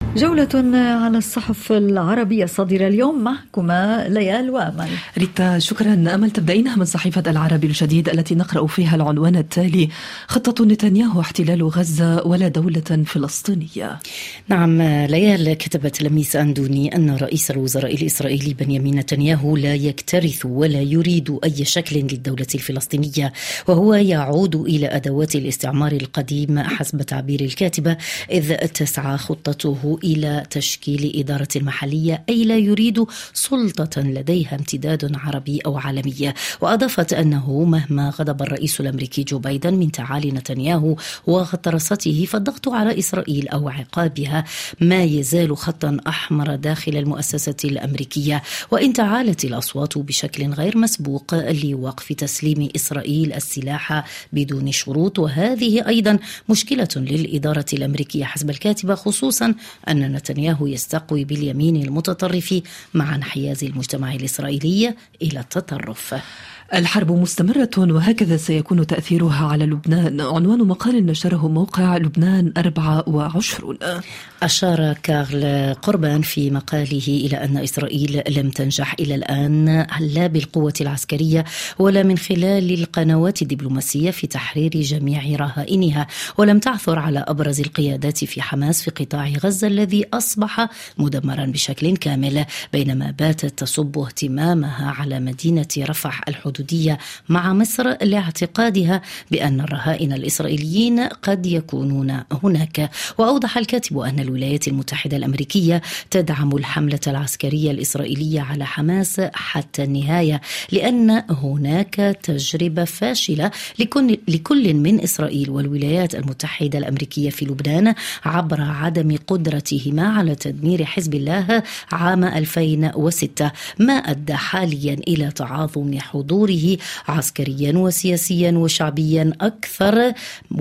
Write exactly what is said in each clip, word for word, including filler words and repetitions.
جولة على الصحف العربية الصادرة اليوم، معكما ليال وأمل. ريتا شكرا. أمل، تبدأينها من صحيفة العربي الجديد التي نقرأ فيها العنوان التالي: خطة نتنياهو احتلال غزة ولا دولة فلسطينية. نعم ليال، كتبت لميس أندوني أن رئيس الوزراء الإسرائيلي بنيامين نتنياهو لا يكترث ولا يريد أي شكل للدولة الفلسطينية، وهو يعود إلى أدوات الاستعمار القديم حسب تعبير الكاتبة، إذ تسعى خطته إلى تشكيل إدارة محلية، أي لا يريد سلطة لديها امتداد عربي أو عالمي. وأضافت أنه مهما غضب الرئيس الأمريكي جو بايدن من تعالي نتنياهو وغطرسته، فالضغط على إسرائيل أو عقابها ما يزال خطا أحمر داخل المؤسسة الأمريكية، وإن تعالت الأصوات بشكل غير مسبوق لوقف تسليم إسرائيل السلاح بدون شروط. وهذه أيضا مشكلة للإدارة الأمريكية حسب الكاتبة، خصوصا أن نتنياهو يستقوي باليمين المتطرف مع انحياز المجتمع الإسرائيلي إلى التطرف. الحرب مستمرة وهكذا سيكون تأثيرها على لبنان، عنوان مقال نشره موقع لبنان أربعة وعشرون. أشار كارل قربان في مقاله إلى أن إسرائيل لم تنجح إلى الآن لا بالقوة العسكرية ولا من خلال القنوات الدبلوماسية في تحرير جميع رهائنها، ولم تعثر على أبرز القيادات في حماس في قطاع غزة الذي أصبح مدمرا بشكل كامل، بينما باتت تصب اهتمامها على مدينة رفح الحدودية مع مصر لاعتقادها بأن الرهائن الإسرائيليين قد يكونون هناك. وأوضح الكاتب أن الولايات المتحدة الأمريكية تدعم الحملة العسكرية الإسرائيلية على حماس حتى النهاية، لأن هناك تجربة فاشلة لكل من إسرائيل والولايات المتحدة الأمريكية في لبنان عبر عدم قدرتهما على تدمير حزب الله عام ألفين وستة، ما أدى حاليا إلى تعاظم حضور عسكريا وسياسيا وشعبيا أكثر.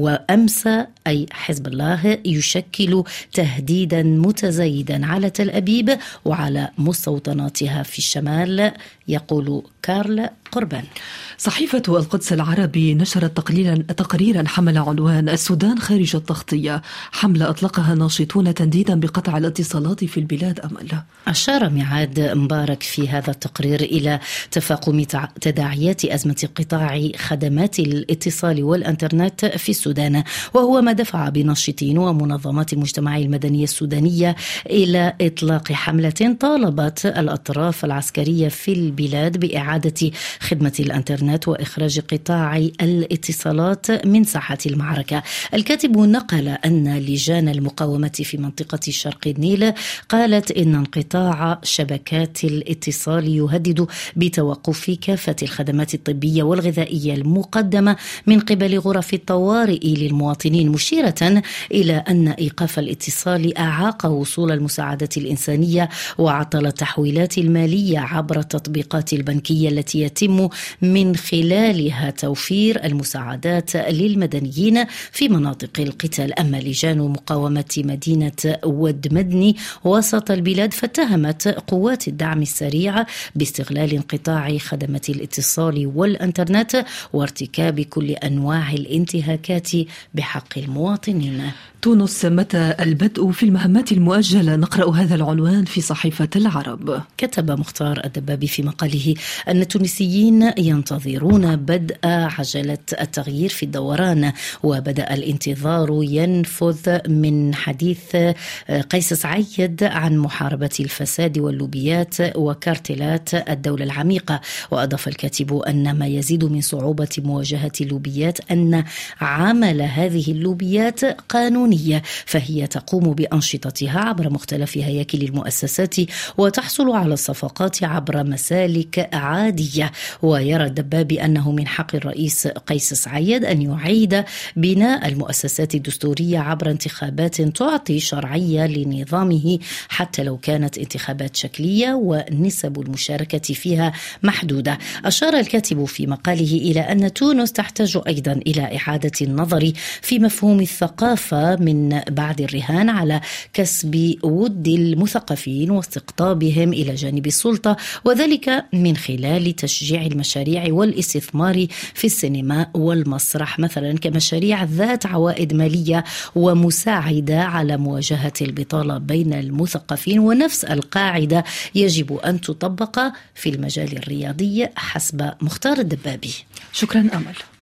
وأمس أي حزب الله يشكل تهديدا متزايدا على تل أبيب وعلى مستوطناتها في الشمال، يقول كارل قربان. صحيفة القدس العربي نشرت تقريرا تقريرا حمل عنوان: السودان خارج التغطية، حملة أطلقها ناشطون تنديدا بقطع الاتصالات في البلاد. أمل، أشار معاد مبارك في هذا التقرير إلى تفاقم تداعيات أزمة قطاع خدمات الاتصال والإنترنت في السودان، وهو ما دفع بناشطين ومنظمات المجتمع المدني السودانية إلى إطلاق حملة طالبت الأطراف العسكرية في البلاد بإعادة خدمة الإنترنت وإخراج قطاع الاتصالات من ساحة المعركة. الكاتب نقل أن لجان المقاومة في منطقة شرق النيل قالت إن انقطاع شبكات الاتصال يهدد بتوقف كافة الخدمات الطبية والغذائية المقدمة من قبل غرف الطوارئ للمواطنين، مشيرة إلى أن إيقاف الاتصال أعاق وصول المساعدة الإنسانية وعطل التحويلات المالية عبر التطبيقات البنكية التي يتم من خلالها توفير المساعدات للمدنيين في مناطق القتال. أما لجان مقاومة مدينة ود مدني وسط البلاد فاتهمت قوات الدعم السريع باستغلال انقطاع خدمات الاتصال والإنترنت وارتكاب كل أنواع الانتهاكات بحق المواطنين. تونس، متى البدء في المهمات المؤجلة؟ نقرأ هذا العنوان في صحيفة العرب. كتب مختار الدبابي في مقاله أن التونسيين ينتظرون بدء عجلة التغيير في الدوران، وبدأ الانتظار ينفذ من حديث قيس سعيد عن محاربة الفساد واللوبيات وكارتلات الدولة العميقة. وأضاف الكاتب أن ما يزيد من صعوبة مواجهة اللوبيات أن عمل هذه اللوبيات قانوني، فهي تقوم بأنشطتها عبر مختلف هياكل المؤسسات وتحصل على الصفقات عبر مسالك عادية. ويرى الدبابي أنه من حق الرئيس قيس سعيد أن يعيد بناء المؤسسات الدستورية عبر انتخابات تعطي شرعية لنظامه حتى لو كانت انتخابات شكلية ونسب المشاركة فيها محدودة. أشار الكاتب في مقاله إلى أن تونس تحتاج أيضا إلى إعادة النظر في مفهوم الثقافة من بعد الرهان على كسب ود المثقفين واستقطابهم إلى جانب السلطة، وذلك من خلال تشجيع المشاريع والاستثمار في السينما والمسرح مثلا، كمشاريع ذات عوائد مالية ومساعدة على مواجهة البطالة بين المثقفين. ونفس القاعدة يجب أن تطبق في المجال الرياضي حسب مختار الدبابي. شكرا أمل.